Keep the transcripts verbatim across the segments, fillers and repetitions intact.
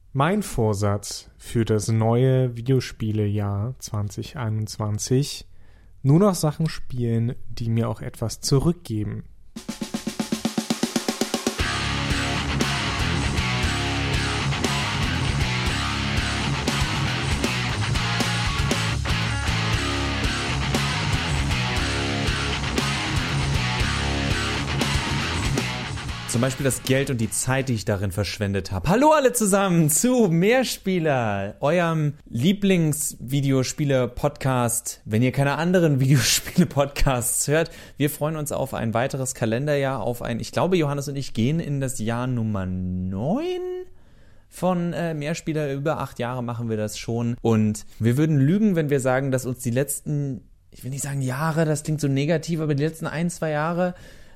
Mein Vorsatz für das neue Videospielejahr zwanzig einundzwanzig: nur noch Sachen spielen, die mir auch etwas zurückgeben. Zum Beispiel das Geld und die Zeit, die ich darin verschwendet habe. Hallo alle zusammen zu Mehrspieler, eurem Lieblingsvideospiele-Podcast. Wenn ihr keine anderen Videospiele-Podcasts hört, wir freuen uns auf ein weiteres Kalenderjahr, auf ein, ich glaube, Johannes und ich gehen in das Jahr Nummer neun von äh, Mehrspieler. Über acht Jahre machen wir das schon. Und wir würden lügen, wenn wir sagen, dass uns die letzten, ich will nicht sagen Jahre, das klingt so negativ, aber die letzten ein, zwei Jahre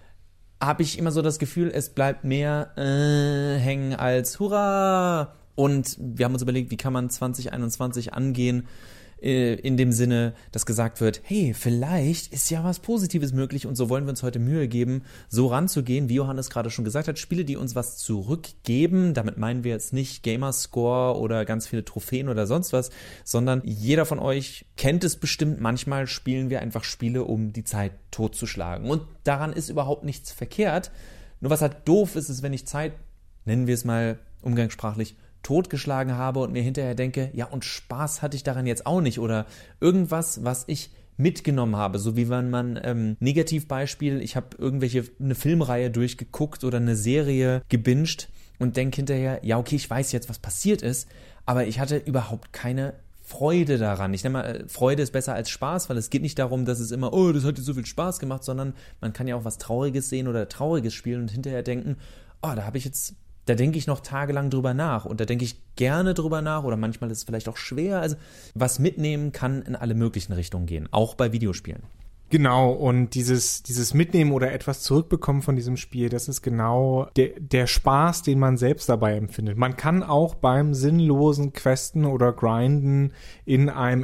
habe ich immer so das Gefühl, es bleibt mehr äh, hängen als Hurra. Und wir haben uns überlegt, wie kann man zwanzig einundzwanzig angehen, äh, in dem Sinne, dass gesagt wird, hey, vielleicht ist ja was Positives möglich, und so wollen wir uns heute Mühe geben, so ranzugehen, wie Johannes gerade schon gesagt hat, Spiele, die uns was zurückgeben. Damit meinen wir jetzt nicht Gamerscore oder ganz viele Trophäen oder sonst was, sondern jeder von euch kennt es bestimmt, manchmal spielen wir einfach Spiele, um die Zeit totzuschlagen. Und daran ist überhaupt nichts verkehrt. Nur was halt doof ist, ist, wenn ich Zeit, nennen wir es mal umgangssprachlich, totgeschlagen habe und mir hinterher denke, ja, und Spaß hatte ich daran jetzt auch nicht, oder irgendwas, was ich mitgenommen habe, so wie wenn man, ähm, Negativbeispiel, ich habe irgendwelche, eine Filmreihe durchgeguckt oder eine Serie gebinged und denke hinterher, ja, okay, ich weiß jetzt, was passiert ist, aber ich hatte überhaupt keine Freude daran. Ich nenne mal, Freude ist besser als Spaß, weil es geht nicht darum, dass es immer, oh, das hat dir so viel Spaß gemacht, sondern man kann ja auch was Trauriges sehen oder Trauriges spielen und hinterher denken, oh, da habe ich jetzt, da denke ich noch tagelang drüber nach und da denke ich gerne drüber nach, oder manchmal ist es vielleicht auch schwer. Also was mitnehmen kann in alle möglichen Richtungen gehen, auch bei Videospielen. Genau, und dieses, dieses Mitnehmen oder etwas zurückbekommen von diesem Spiel, das ist genau der, der Spaß, den man selbst dabei empfindet. Man kann auch beim sinnlosen Questen oder Grinden in einem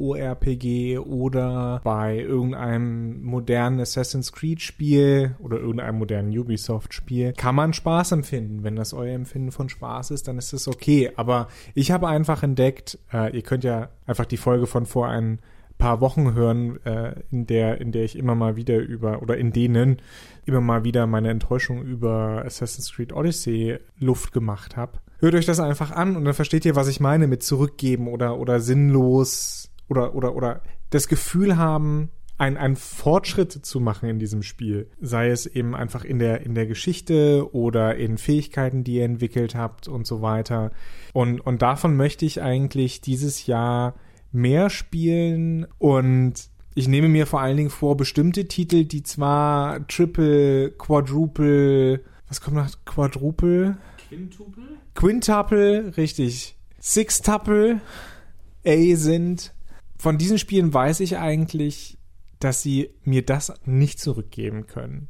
MMORPG oder bei irgendeinem modernen Assassin's Creed Spiel oder irgendeinem modernen Ubisoft Spiel, kann man Spaß empfinden. Wenn das euer Empfinden von Spaß ist, dann ist es okay. Aber ich habe einfach entdeckt, äh, ihr könnt ja einfach die Folge von vor ein paar Wochen hören, äh, in der in der ich immer mal wieder über, oder in denen immer mal wieder meine Enttäuschung über Assassin's Creed Odyssey Luft gemacht habe. Hört euch das einfach an und dann versteht ihr, was ich meine mit zurückgeben oder oder sinnlos oder oder oder das Gefühl haben, ein ein Fortschritt zu machen in diesem Spiel, sei es eben einfach in der in der Geschichte oder in Fähigkeiten, die ihr entwickelt habt und so weiter. Und und davon möchte ich eigentlich dieses Jahr mehr spielen, und ich nehme mir vor allen Dingen vor, bestimmte Titel, die zwar Triple, Quadruple, was kommt nach Quadruple? Quintuple? Quintuple, richtig. Sixtuple A sind. Von diesen Spielen weiß ich eigentlich, dass sie mir das nicht zurückgeben können.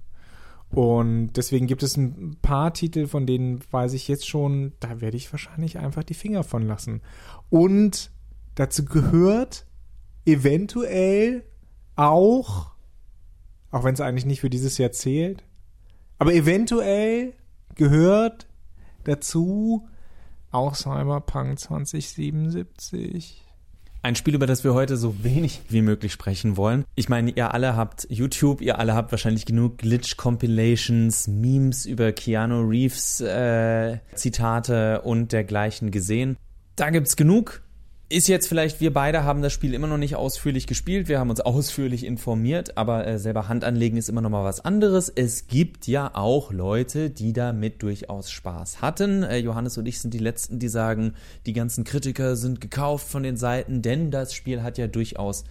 Und deswegen gibt es ein paar Titel, von denen weiß ich jetzt schon, da werde ich wahrscheinlich einfach die Finger von lassen. Und dazu gehört eventuell auch, auch wenn es eigentlich nicht für dieses Jahr zählt, aber eventuell gehört dazu auch Cyberpunk zwanzig siebenundsiebzig. Ein Spiel, über das wir heute so wenig wie möglich sprechen wollen. Ich meine, ihr alle habt YouTube, ihr alle habt wahrscheinlich genug Glitch-Compilations, Memes über Keanu Reeves, äh, Zitate und dergleichen gesehen. Da gibt's genug. Ist jetzt vielleicht, wir beide haben das Spiel immer noch nicht ausführlich gespielt, wir haben uns ausführlich informiert, aber äh, selber Hand anlegen ist immer noch mal was anderes. Es gibt ja auch Leute, die damit durchaus Spaß hatten. Äh, Johannes und ich sind die Letzten, die sagen, die ganzen Kritiker sind gekauft von den Seiten, denn das Spiel hat ja durchaus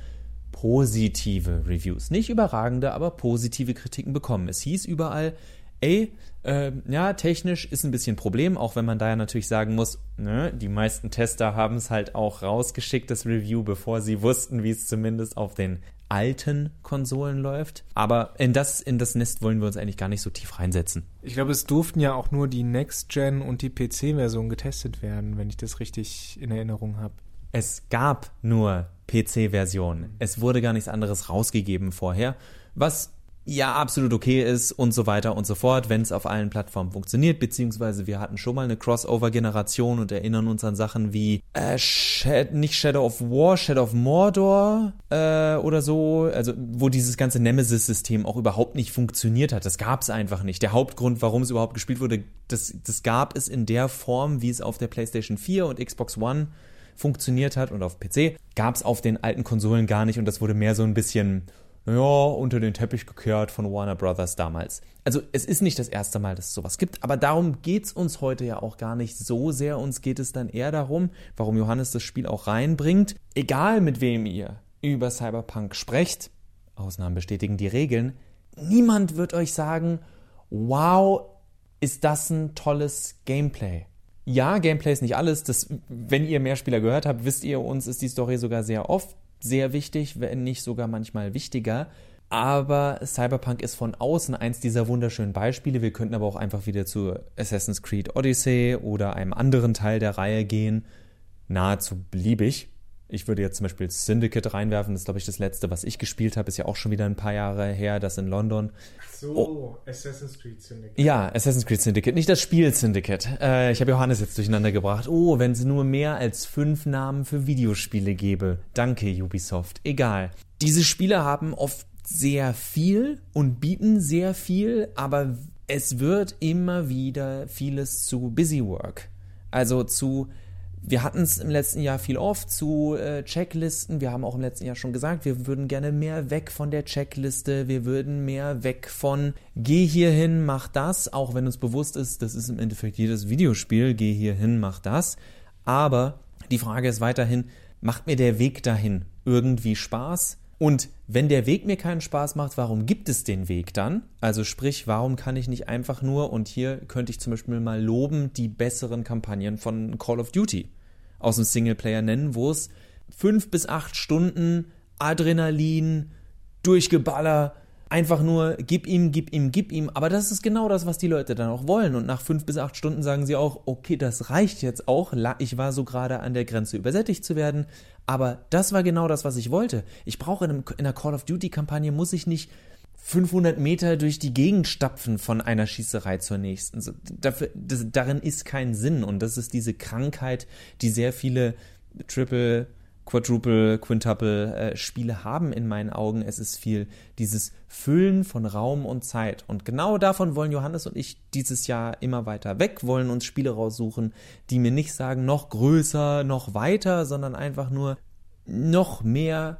positive Reviews. Nicht überragende, aber positive Kritiken bekommen. Es hieß überall, ey, äh, ja, technisch ist ein bisschen ein Problem, auch wenn man da ja natürlich sagen muss, ne, die meisten Tester haben es halt auch rausgeschickt, das Review, bevor sie wussten, wie es zumindest auf den alten Konsolen läuft. Aber in das, in das Nest wollen wir uns eigentlich gar nicht so tief reinsetzen. Ich glaube, es durften ja auch nur die Next-Gen und die P C-Version getestet werden, wenn ich das richtig in Erinnerung habe. Es gab nur P C-Versionen. Es wurde gar nichts anderes rausgegeben vorher, was ja absolut okay ist und so weiter und so fort, wenn es auf allen Plattformen funktioniert, beziehungsweise wir hatten schon mal eine Crossover-Generation und erinnern uns an Sachen wie äh, Shad- nicht Shadow of War, Shadow of Mordor äh, oder so, also wo dieses ganze Nemesis-System auch überhaupt nicht funktioniert hat. Das gab es einfach nicht. Der Hauptgrund, warum es überhaupt gespielt wurde, das, das gab es in der Form, wie es auf der PlayStation vier und Xbox One funktioniert hat und auf P C, gab es auf den alten Konsolen gar nicht und das wurde mehr so ein bisschen ja, unter den Teppich gekehrt von Warner Brothers damals. Also es ist nicht das erste Mal, dass es sowas gibt, aber darum geht es uns heute ja auch gar nicht so sehr. Uns geht es dann eher darum, warum Johannes das Spiel auch reinbringt. Egal mit wem ihr über Cyberpunk sprecht, Ausnahmen bestätigen die Regeln, niemand wird euch sagen, wow, ist das ein tolles Gameplay. Ja, Gameplay ist nicht alles. Das, wenn ihr Mehrspieler gehört habt, wisst ihr, uns ist die Story sogar sehr oft sehr wichtig, wenn nicht sogar manchmal wichtiger. Aber Cyberpunk ist von außen eins dieser wunderschönen Beispiele. Wir könnten aber auch einfach wieder zu Assassin's Creed Odyssey oder einem anderen Teil der Reihe gehen. Nahezu beliebig. Ich würde jetzt zum Beispiel Syndicate reinwerfen. Das ist, glaube ich, das letzte, was ich gespielt habe. Ist ja auch schon wieder ein paar Jahre her, das in London. Ach so, oh. Assassin's Creed Syndicate. Ja, Assassin's Creed Syndicate, nicht das Spiel Syndicate. Äh, ich habe Johannes jetzt durcheinander gebracht. Oh, wenn es nur mehr als fünf Namen für Videospiele gäbe. Danke, Ubisoft. Egal. Diese Spiele haben oft sehr viel und bieten sehr viel, aber es wird immer wieder vieles zu Busy Work. Also zu... Wir hatten es im letzten Jahr viel oft zu äh, Checklisten. Wir haben auch im letzten Jahr schon gesagt, wir würden gerne mehr weg von der Checkliste. Wir würden mehr weg von geh hier hin, mach das. Auch wenn uns bewusst ist, das ist im Endeffekt jedes Videospiel. Geh hier hin, mach das. Aber die Frage ist weiterhin, macht mir der Weg dahin irgendwie Spaß? Und wenn der Weg mir keinen Spaß macht, warum gibt es den Weg dann? Also sprich, warum kann ich nicht einfach nur, und hier könnte ich zum Beispiel mal loben, die besseren Kampagnen von Call of Duty aus dem Singleplayer nennen, wo es fünf bis acht Stunden Adrenalin, Durchgeballer, einfach nur gib ihm, gib ihm, gib ihm. Aber das ist genau das, was die Leute dann auch wollen. Und nach fünf bis acht Stunden sagen sie auch, okay, das reicht jetzt auch. Ich war so gerade an der Grenze, übersättigt zu werden. Aber das war genau das, was ich wollte. Ich brauche in, einem, in einer Call of Duty-Kampagne, muss ich nicht fünfhundert Meter durch die Gegend stapfen von einer Schießerei zur nächsten. So, dafür, das, darin ist kein Sinn. Und das ist diese Krankheit, die sehr viele Triple, Quadruple, Quintuple äh, Spiele haben in meinen Augen. Es ist viel dieses Füllen von Raum und Zeit. Und genau davon wollen Johannes und ich dieses Jahr immer weiter weg, wollen uns Spiele raussuchen, die mir nicht sagen, noch größer, noch weiter, sondern einfach nur noch mehr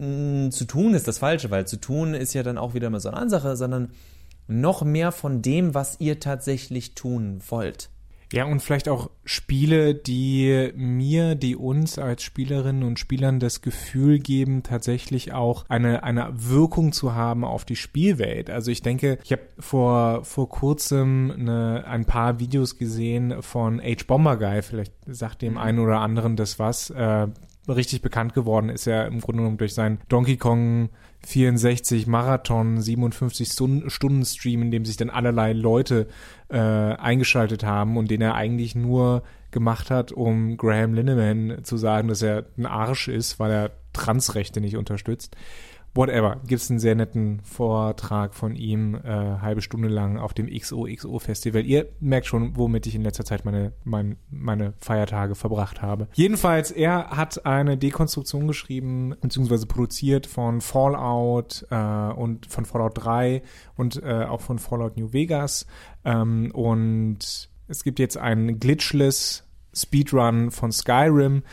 zu tun ist das Falsche, weil zu tun ist ja dann auch wieder mal so eine Ansache, sondern noch mehr von dem, was ihr tatsächlich tun wollt. Ja, und vielleicht auch Spiele, die mir, die uns als Spielerinnen und Spielern das Gefühl geben, tatsächlich auch eine eine Wirkung zu haben auf die Spielwelt. Also ich denke, ich habe vor vor kurzem eine, ein paar Videos gesehen von H-Bomber-Guy, vielleicht sagt dem einen oder anderen das was, äh, richtig bekannt geworden ist er im Grunde genommen durch seinen Donkey Kong vierundsechzig Marathon siebenundfünfzig Stunden Stream, in dem sich dann allerlei Leute äh, eingeschaltet haben und den er eigentlich nur gemacht hat, um Graham Linehan zu sagen, dass er ein Arsch ist, weil er Transrechte nicht unterstützt. Whatever, gibt's einen sehr netten Vortrag von ihm, äh, halbe Stunde lang auf dem X O X O-Festival. Ihr merkt schon, womit ich in letzter Zeit meine, mein, meine Feiertage verbracht habe. Jedenfalls, er hat eine Dekonstruktion geschrieben, beziehungsweise produziert von Fallout äh, und von Fallout drei und äh, auch von Fallout New Vegas. Ähm, und es gibt jetzt ein glitchless Speedrun von Skyrim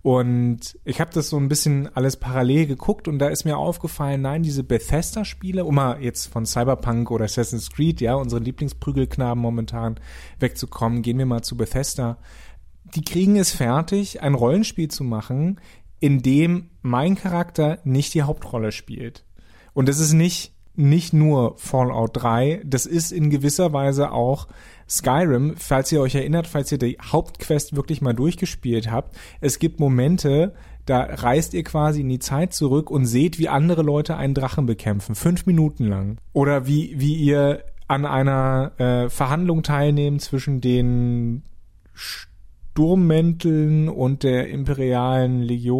und ich habe das so ein bisschen alles parallel geguckt und da ist mir aufgefallen, nein, diese Bethesda-Spiele, um mal jetzt von Cyberpunk oder Assassin's Creed, ja, unsere Lieblingsprügelknaben momentan wegzukommen, gehen wir mal zu Bethesda. Die kriegen es fertig, ein Rollenspiel zu machen, in dem mein Charakter nicht die Hauptrolle spielt. Und das ist nicht nicht nur Fallout drei, das ist in gewisser Weise auch Skyrim, falls ihr euch erinnert, falls ihr die Hauptquest wirklich mal durchgespielt habt. Es gibt Momente, da reist ihr quasi in die Zeit zurück und seht, wie andere Leute einen Drachen bekämpfen, fünf Minuten lang. Oder wie wie ihr an einer äh, Verhandlung teilnehmt zwischen den Sturmmänteln und der Imperialen Legion.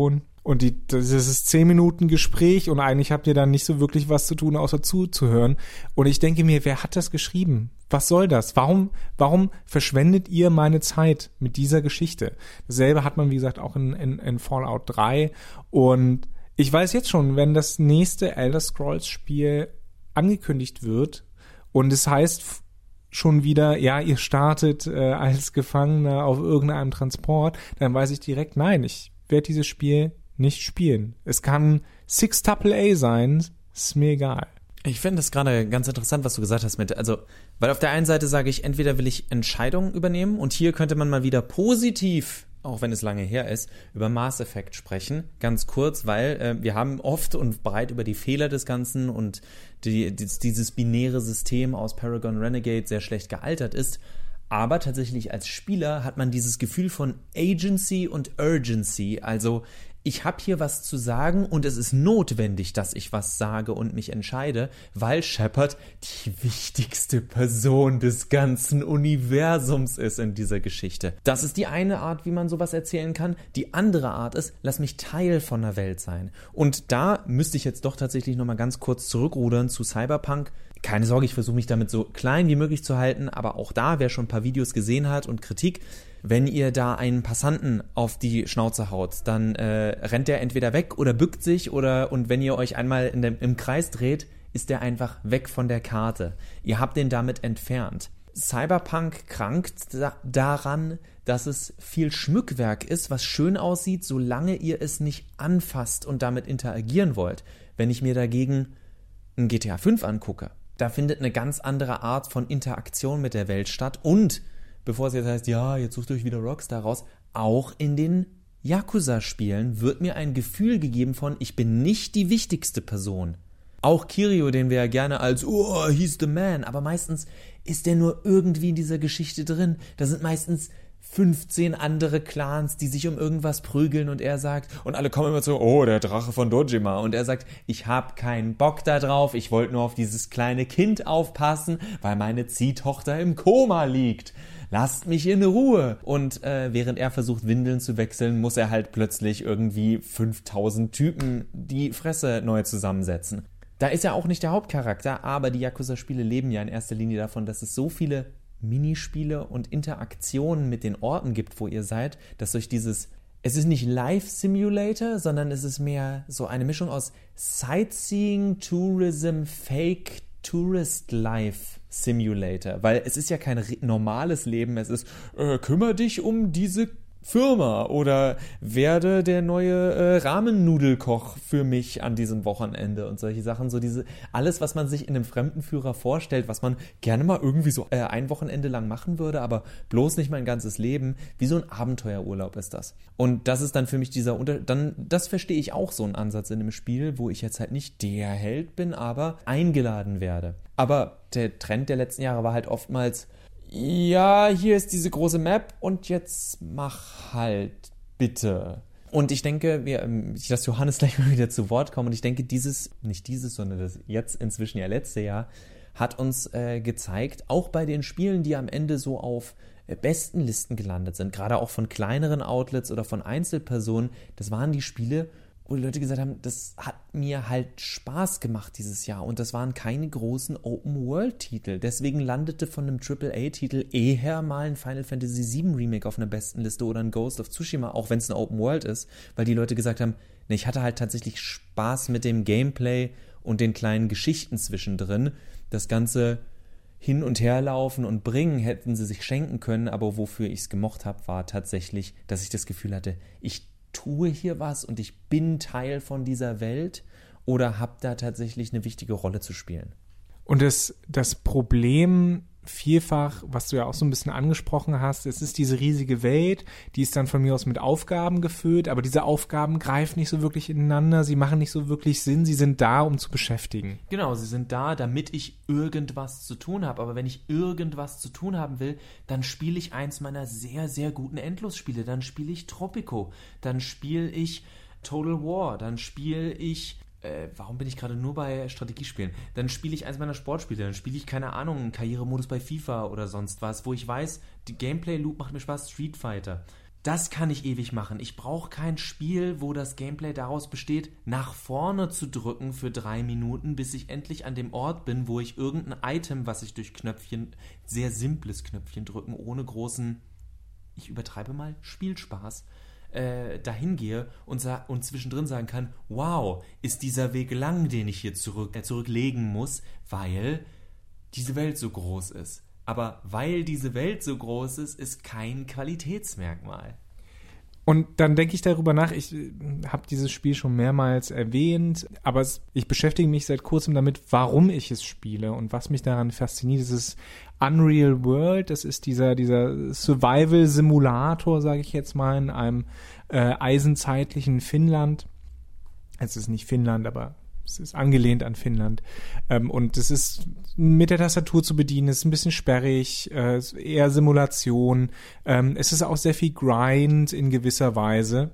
und die, das ist zehn Minuten Gespräch und eigentlich habt ihr dann nicht so wirklich was zu tun, außer zuzuhören. Und ich denke mir, wer hat das geschrieben? Was soll das? Warum, warum verschwendet ihr meine Zeit mit dieser Geschichte? Dasselbe hat man, wie gesagt, auch in, in, in Fallout drei. Und ich weiß jetzt schon, wenn das nächste Elder Scrolls Spiel angekündigt wird und es heißt schon wieder, ja, ihr startet äh, als Gefangener auf irgendeinem Transport, dann weiß ich direkt, nein, ich werde dieses Spiel nicht spielen. Es kann Sixtuple A sein, ist mir egal. Ich finde es gerade ganz interessant, was du gesagt hast mit, also, weil auf der einen Seite sage ich, entweder will ich Entscheidungen übernehmen und hier könnte man mal wieder positiv, auch wenn es lange her ist, über Mass Effect sprechen, ganz kurz, weil äh, wir haben oft und breit über die Fehler des Ganzen und die, die, dieses binäre System aus Paragon Renegade sehr schlecht gealtert ist, aber tatsächlich als Spieler hat man dieses Gefühl von Agency und Urgency, also ich habe hier was zu sagen und es ist notwendig, dass ich was sage und mich entscheide, weil Shepard die wichtigste Person des ganzen Universums ist in dieser Geschichte. Das ist die eine Art, wie man sowas erzählen kann. Die andere Art ist, lass mich Teil von der Welt sein. Und da müsste ich jetzt doch tatsächlich nochmal ganz kurz zurückrudern zu Cyberpunk. Keine Sorge, ich versuche mich damit so klein wie möglich zu halten, aber auch da, wer schon ein paar Videos gesehen hat und Kritik, wenn ihr da einen Passanten auf die Schnauze haut, dann äh, rennt der entweder weg oder bückt sich oder und wenn ihr euch einmal in dem, im Kreis dreht, ist der einfach weg von der Karte. Ihr habt den damit entfernt. Cyberpunk krankt da, daran, dass es viel Schmückwerk ist, was schön aussieht, solange ihr es nicht anfasst und damit interagieren wollt. Wenn ich mir dagegen ein G T A fünf angucke, da findet eine ganz andere Art von Interaktion mit der Welt statt und bevor es jetzt heißt, ja, jetzt sucht euch wieder Rockstar raus, auch in den Yakuza-Spielen wird mir ein Gefühl gegeben von, ich bin nicht die wichtigste Person. Auch Kiryu, den wir ja gerne als, oh, he's the man, aber meistens ist der nur irgendwie in dieser Geschichte drin. Da sind meistens fünfzehn andere Clans, die sich um irgendwas prügeln und er sagt, und alle kommen immer so, oh, der Drache von Dojima. Und er sagt, ich hab keinen Bock da drauf, ich wollte nur auf dieses kleine Kind aufpassen, weil meine Ziehtochter im Koma liegt. Lasst mich in Ruhe. Und äh, während er versucht, Windeln zu wechseln, muss er halt plötzlich irgendwie fünftausend Typen die Fresse neu zusammensetzen. Da ist er auch nicht der Hauptcharakter, aber die Yakuza-Spiele leben ja in erster Linie davon, dass es so viele Minispiele und Interaktionen mit den Orten gibt, wo ihr seid, dass durch dieses, es ist nicht Life-Simulator, sondern es ist mehr so eine Mischung aus Sightseeing, Tourism, Fake Tourist Life Simulator, weil es ist ja kein normales Leben, es ist, äh, kümmere dich um diese Firma oder werde der neue äh, Ramen-Nudelkoch für mich an diesem Wochenende und solche Sachen, so diese, alles, was man sich in einem Fremdenführer vorstellt, was man gerne mal irgendwie so äh, ein Wochenende lang machen würde, aber bloß nicht mein ganzes Leben, wie so ein Abenteuerurlaub ist das. Und das ist dann für mich dieser Unter... dann, das verstehe ich auch so einen Ansatz in einem Spiel, wo ich jetzt halt nicht der Held bin, aber eingeladen werde. Aber der Trend der letzten Jahre war halt oftmals, ja, hier ist diese große Map und jetzt mach halt, bitte. Und ich denke, wir, ich lasse Johannes gleich mal wieder zu Wort kommen und ich denke, dieses, nicht dieses, sondern das jetzt inzwischen ja letzte Jahr, hat uns äh, gezeigt, auch bei den Spielen, die am Ende so auf äh, Bestenlisten gelandet sind, gerade auch von kleineren Outlets oder von Einzelpersonen, das waren die Spiele, wo die Leute gesagt haben, das hat mir halt Spaß gemacht dieses Jahr und das waren keine großen Open-World-Titel. Deswegen landete von einem Triple A-Titel eher mal ein Final Fantasy sieben Remake auf einer Bestenliste oder ein Ghost of Tsushima, auch wenn es eine Open-World ist, weil die Leute gesagt haben, ne, ich hatte halt tatsächlich Spaß mit dem Gameplay und den kleinen Geschichten zwischendrin. Das Ganze hin- und herlaufen und bringen hätten sie sich schenken können, aber wofür ich es gemocht habe, war tatsächlich, dass ich das Gefühl hatte, ich tue hier was und ich bin Teil von dieser Welt oder habe da tatsächlich eine wichtige Rolle zu spielen. Und das, das Problem vielfach, was du ja auch so ein bisschen angesprochen hast, es ist diese riesige Welt, die ist dann von mir aus mit Aufgaben gefüllt, aber diese Aufgaben greifen nicht so wirklich ineinander, sie machen nicht so wirklich Sinn, sie sind da, um zu beschäftigen. Genau, sie sind da, damit ich irgendwas zu tun habe, aber wenn ich irgendwas zu tun haben will, dann spiele ich eins meiner sehr, sehr guten Endlosspiele, dann spiele ich Tropico, dann spiele ich Total War, dann spiele ich Äh, warum bin ich gerade nur bei Strategiespielen? Dann spiele ich eins meiner Sportspiele, dann spiele ich, keine Ahnung, einen Karrieremodus bei FIFA oder sonst was, wo ich weiß, die Gameplay-Loop macht mir Spaß, Street Fighter. Das kann ich ewig machen. Ich brauche kein Spiel, wo das Gameplay daraus besteht, nach vorne zu drücken für drei Minuten, bis ich endlich an dem Ort bin, wo ich irgendein Item, was ich durch Knöpfchen, sehr simples Knöpfchen drücken, ohne großen, ich übertreibe mal, Spielspaß, äh, dahin gehe und, sa- und zwischendrin sagen kann, wow, ist dieser Weg lang, den ich hier zurück, äh, zurücklegen muss, weil diese Welt so groß ist. Aber weil diese Welt so groß ist, ist kein Qualitätsmerkmal. Und dann denke ich darüber nach, ich habe dieses Spiel schon mehrmals erwähnt, aber es, ich beschäftige mich seit kurzem damit, warum ich es spiele und was mich daran fasziniert. Das ist Unreal World, das ist dieser, dieser Survival-Simulator, sage ich jetzt mal, in einem äh, eisenzeitlichen Finnland. Es ist nicht Finnland, aber es ist angelehnt an Finnland. Ähm, und es ist mit der Tastatur zu bedienen, es ist ein bisschen sperrig, äh, eher Simulation. Ähm, es ist auch sehr viel Grind in gewisser Weise.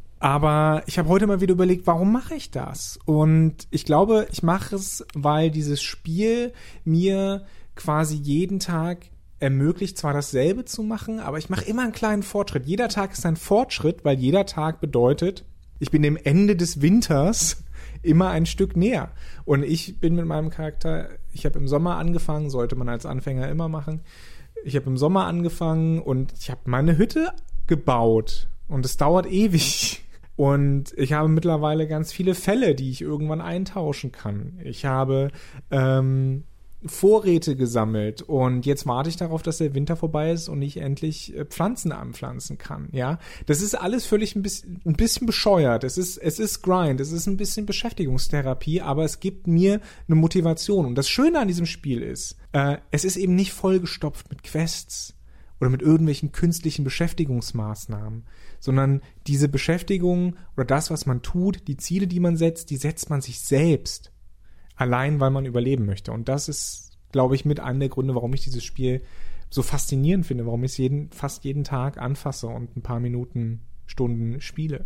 Aber ich habe heute mal wieder überlegt, warum mache ich das? Und ich glaube, ich mache es, weil dieses Spiel mir quasi jeden Tag ermöglicht, zwar dasselbe zu machen, aber ich mache immer einen kleinen Fortschritt. Jeder Tag ist ein Fortschritt, weil jeder Tag bedeutet, ich bin dem Ende des Winters immer ein Stück näher. Und ich bin mit meinem Charakter, ich habe im Sommer angefangen, sollte man als Anfänger immer machen. Ich habe im Sommer angefangen und ich habe meine Hütte gebaut. Und es dauert ewig. Und ich habe mittlerweile ganz viele Felle, die ich irgendwann eintauschen kann. Ich habe ähm, Vorräte gesammelt und jetzt warte ich darauf, dass der Winter vorbei ist und ich endlich äh, Pflanzen anpflanzen kann, ja. Das ist alles völlig ein bisschen, ein bisschen bescheuert. Es ist, es ist Grind, es ist ein bisschen Beschäftigungstherapie, aber es gibt mir eine Motivation. Und das Schöne an diesem Spiel ist, äh, es ist eben nicht vollgestopft mit Quests oder mit irgendwelchen künstlichen Beschäftigungsmaßnahmen, sondern diese Beschäftigung oder das, was man tut, die Ziele, die man setzt, die setzt man sich selbst. Allein, weil man überleben möchte. Und das ist, glaube ich, mit einem der Gründe, warum ich dieses Spiel so faszinierend finde, warum ich es jeden, fast jeden Tag anfasse und ein paar Minuten, Stunden spiele.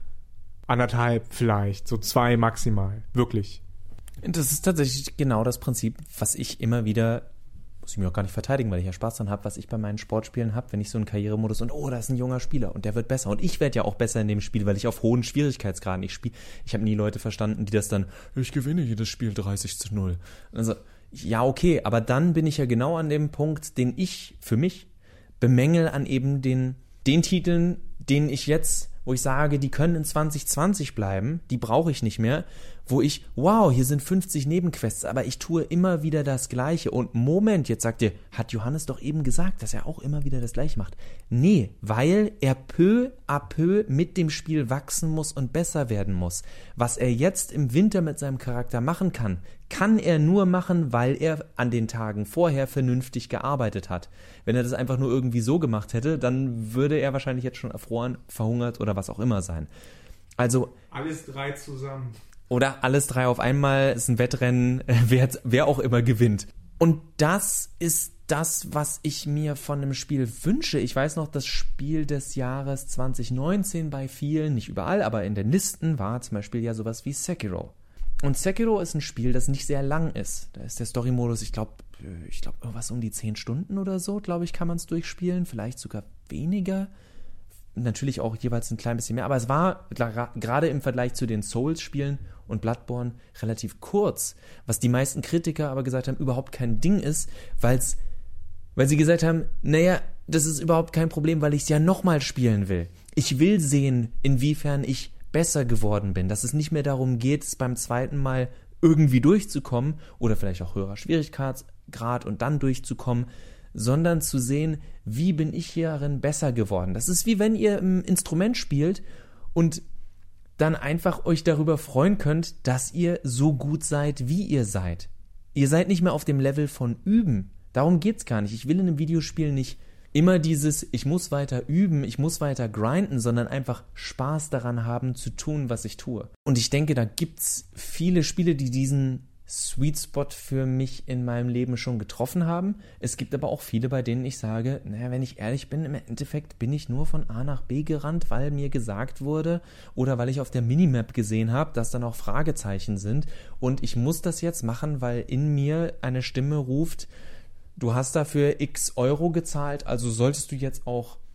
Anderthalb vielleicht, so zwei maximal. Wirklich. Das ist tatsächlich genau das Prinzip, was ich immer wieder, muss ich mir auch gar nicht verteidigen, weil ich ja Spaß dran habe, was ich bei meinen Sportspielen habe, wenn ich so einen Karrieremodus und oh, da ist ein junger Spieler und der wird besser und ich werde ja auch besser in dem Spiel, weil ich auf hohen Schwierigkeitsgraden ich spiele. Ich habe nie Leute verstanden, die das dann, ich gewinne jedes Spiel dreißig zu null. Also, ja, okay, aber dann bin ich ja genau an dem Punkt, den ich für mich bemängel an eben den, den Titeln, denen ich jetzt, wo ich sage, die können in zwanzig zwanzig bleiben, die brauche ich nicht mehr, wo ich, wow, hier sind fünfzig Nebenquests, aber ich tue immer wieder das Gleiche. Und Moment, jetzt sagt ihr, hat Johannes doch eben gesagt, dass er auch immer wieder das Gleiche macht. Nee, weil er peu à peu mit dem Spiel wachsen muss und besser werden muss. Was er jetzt im Winter mit seinem Charakter machen kann, kann er nur machen, weil er an den Tagen vorher vernünftig gearbeitet hat. Wenn er das einfach nur irgendwie so gemacht hätte, dann würde er wahrscheinlich jetzt schon erfroren, verhungert oder was auch immer sein. Also alles drei zusammen. Oder alles drei auf einmal, ist ein Wettrennen, wer, wer auch immer gewinnt. Und das ist das, was ich mir von einem Spiel wünsche. Ich weiß noch, das Spiel des Jahres zwanzig neunzehn bei vielen, nicht überall, aber in den Listen war zum Beispiel ja sowas wie Sekiro. Und Sekiro ist ein Spiel, das nicht sehr lang ist. Da ist der Story-Modus, ich glaube, ich glaube, irgendwas um die zehn Stunden oder so, glaube ich, kann man es durchspielen. Vielleicht sogar weniger. Natürlich auch jeweils ein klein bisschen mehr. Aber es war gerade im Vergleich zu den Souls-Spielen und Bloodborne relativ kurz. Was die meisten Kritiker aber gesagt haben, überhaupt kein Ding ist, weil's, weil sie gesagt haben, naja, das ist überhaupt kein Problem, weil ich es ja nochmal spielen will. Ich will sehen, inwiefern ich besser geworden bin. Dass es nicht mehr darum geht, es beim zweiten Mal irgendwie durchzukommen oder vielleicht auch höherer Schwierigkeitsgrad und dann durchzukommen, sondern zu sehen, wie bin ich hierin besser geworden. Das ist wie wenn ihr ein Instrument spielt und dann einfach euch darüber freuen könnt, dass ihr so gut seid, wie ihr seid. Ihr seid nicht mehr auf dem Level von Üben. Darum geht's gar nicht. Ich will in einem Videospiel nicht immer dieses, ich muss weiter üben, ich muss weiter grinden, sondern einfach Spaß daran haben, zu tun, was ich tue. Und ich denke, da gibt's viele Spiele, die diesen Sweet Spot für mich in meinem Leben schon getroffen haben. Es gibt aber auch viele, bei denen ich sage, naja, wenn ich ehrlich bin, im Endeffekt bin ich nur von A nach B gerannt, weil mir gesagt wurde oder weil ich auf der Minimap gesehen habe, dass da noch Fragezeichen sind und ich muss das jetzt machen, weil in mir eine Stimme ruft, du hast dafür x Euro gezahlt, also solltest du jetzt auch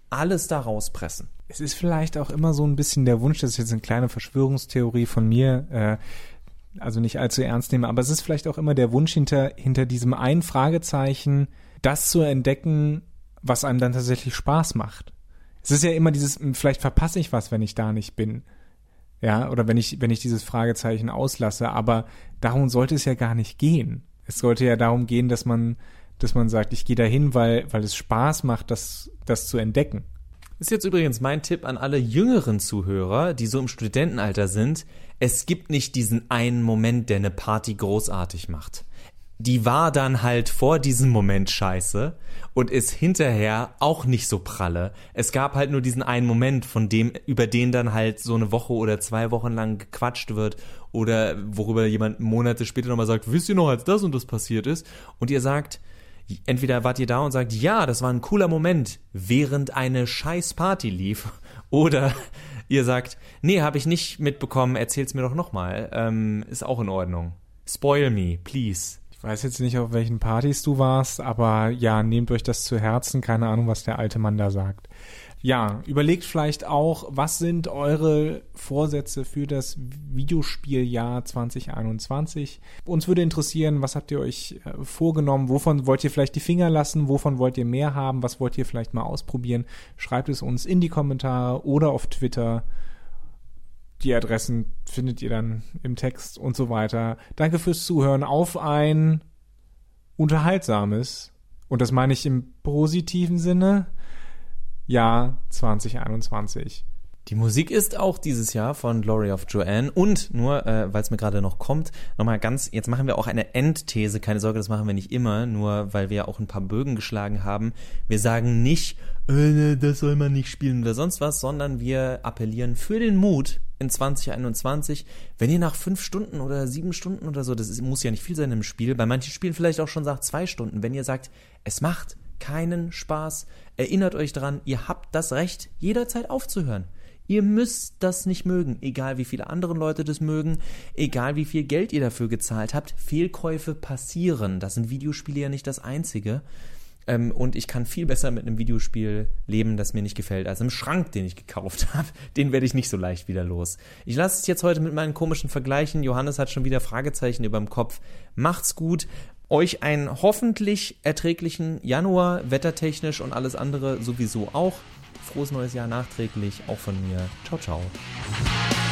alles da rauspressen. Es ist vielleicht auch immer so ein bisschen der Wunsch, das ist jetzt eine kleine Verschwörungstheorie von mir, äh, also nicht allzu ernst nehmen, aber es ist vielleicht auch immer der Wunsch hinter, hinter diesem einen Fragezeichen, das zu entdecken, was einem dann tatsächlich Spaß macht. Es ist ja immer dieses, vielleicht verpasse ich was, wenn ich da nicht bin. Ja, oder wenn ich, wenn ich dieses Fragezeichen auslasse, aber darum sollte es ja gar nicht gehen. Es sollte ja darum gehen, dass man, dass man sagt, ich gehe dahin, weil, weil es Spaß macht, das, das zu entdecken. Das ist jetzt übrigens mein Tipp an alle jüngeren Zuhörer, die so im Studentenalter sind. Es gibt nicht diesen einen Moment, der eine Party großartig macht. Die war dann halt vor diesem Moment scheiße und ist hinterher auch nicht so pralle. Es gab halt nur diesen einen Moment, von dem, über den dann halt so eine Woche oder zwei Wochen lang gequatscht wird oder worüber jemand Monate später nochmal sagt, wisst ihr noch, als das und das passiert ist? Und ihr sagt, entweder wart ihr da und sagt, ja, das war ein cooler Moment, während eine scheiß Party lief, oder ihr sagt, nee, habe ich nicht mitbekommen, erzähl's mir doch nochmal, ähm, ist auch in Ordnung. Spoil me, please. Ich weiß jetzt nicht, auf welchen Partys du warst, aber ja, nehmt euch das zu Herzen. Keine Ahnung, was der alte Mann da sagt. Ja, überlegt vielleicht auch, was sind eure Vorsätze für das Videospieljahr zwanzig einundzwanzig? Uns würde interessieren, was habt ihr euch äh, vorgenommen? Wovon wollt ihr vielleicht die Finger lassen? Wovon wollt ihr mehr haben? Was wollt ihr vielleicht mal ausprobieren? Schreibt es uns in die Kommentare oder auf Twitter. Die Adressen findet ihr dann im Text und so weiter. Danke fürs Zuhören auf ein unterhaltsames, und das meine ich im positiven Sinne, Jahr zwanzig einundzwanzig. Die Musik ist auch dieses Jahr von Glory of Joanne und nur, äh, weil es mir gerade noch kommt, nochmal ganz, jetzt machen wir auch eine Endthese, keine Sorge, das machen wir nicht immer, nur weil wir auch ein paar Bögen geschlagen haben. Wir sagen nicht, äh, das soll man nicht spielen oder sonst was, sondern wir appellieren für den Mut in zwanzig einundzwanzig, wenn ihr nach fünf Stunden oder sieben Stunden oder so, das ist, muss ja nicht viel sein im Spiel, bei manchen Spielen vielleicht auch schon sagt zwei Stunden, wenn ihr sagt, es macht keinen Spaß, erinnert euch dran, ihr habt das Recht, jederzeit aufzuhören. Ihr müsst das nicht mögen, egal wie viele andere Leute das mögen, egal wie viel Geld ihr dafür gezahlt habt. Fehlkäufe passieren. Das sind Videospiele ja nicht das Einzige. Ähm, und ich kann viel besser mit einem Videospiel leben, das mir nicht gefällt, als im Schrank, den ich gekauft habe. Den werde ich nicht so leicht wieder los. Ich lasse es jetzt heute mit meinen komischen Vergleichen. Johannes hat schon wieder Fragezeichen über dem Kopf. Macht's gut. Euch einen hoffentlich erträglichen Januar, wettertechnisch und alles andere sowieso auch. Frohes neues Jahr nachträglich, auch von mir. Ciao, ciao.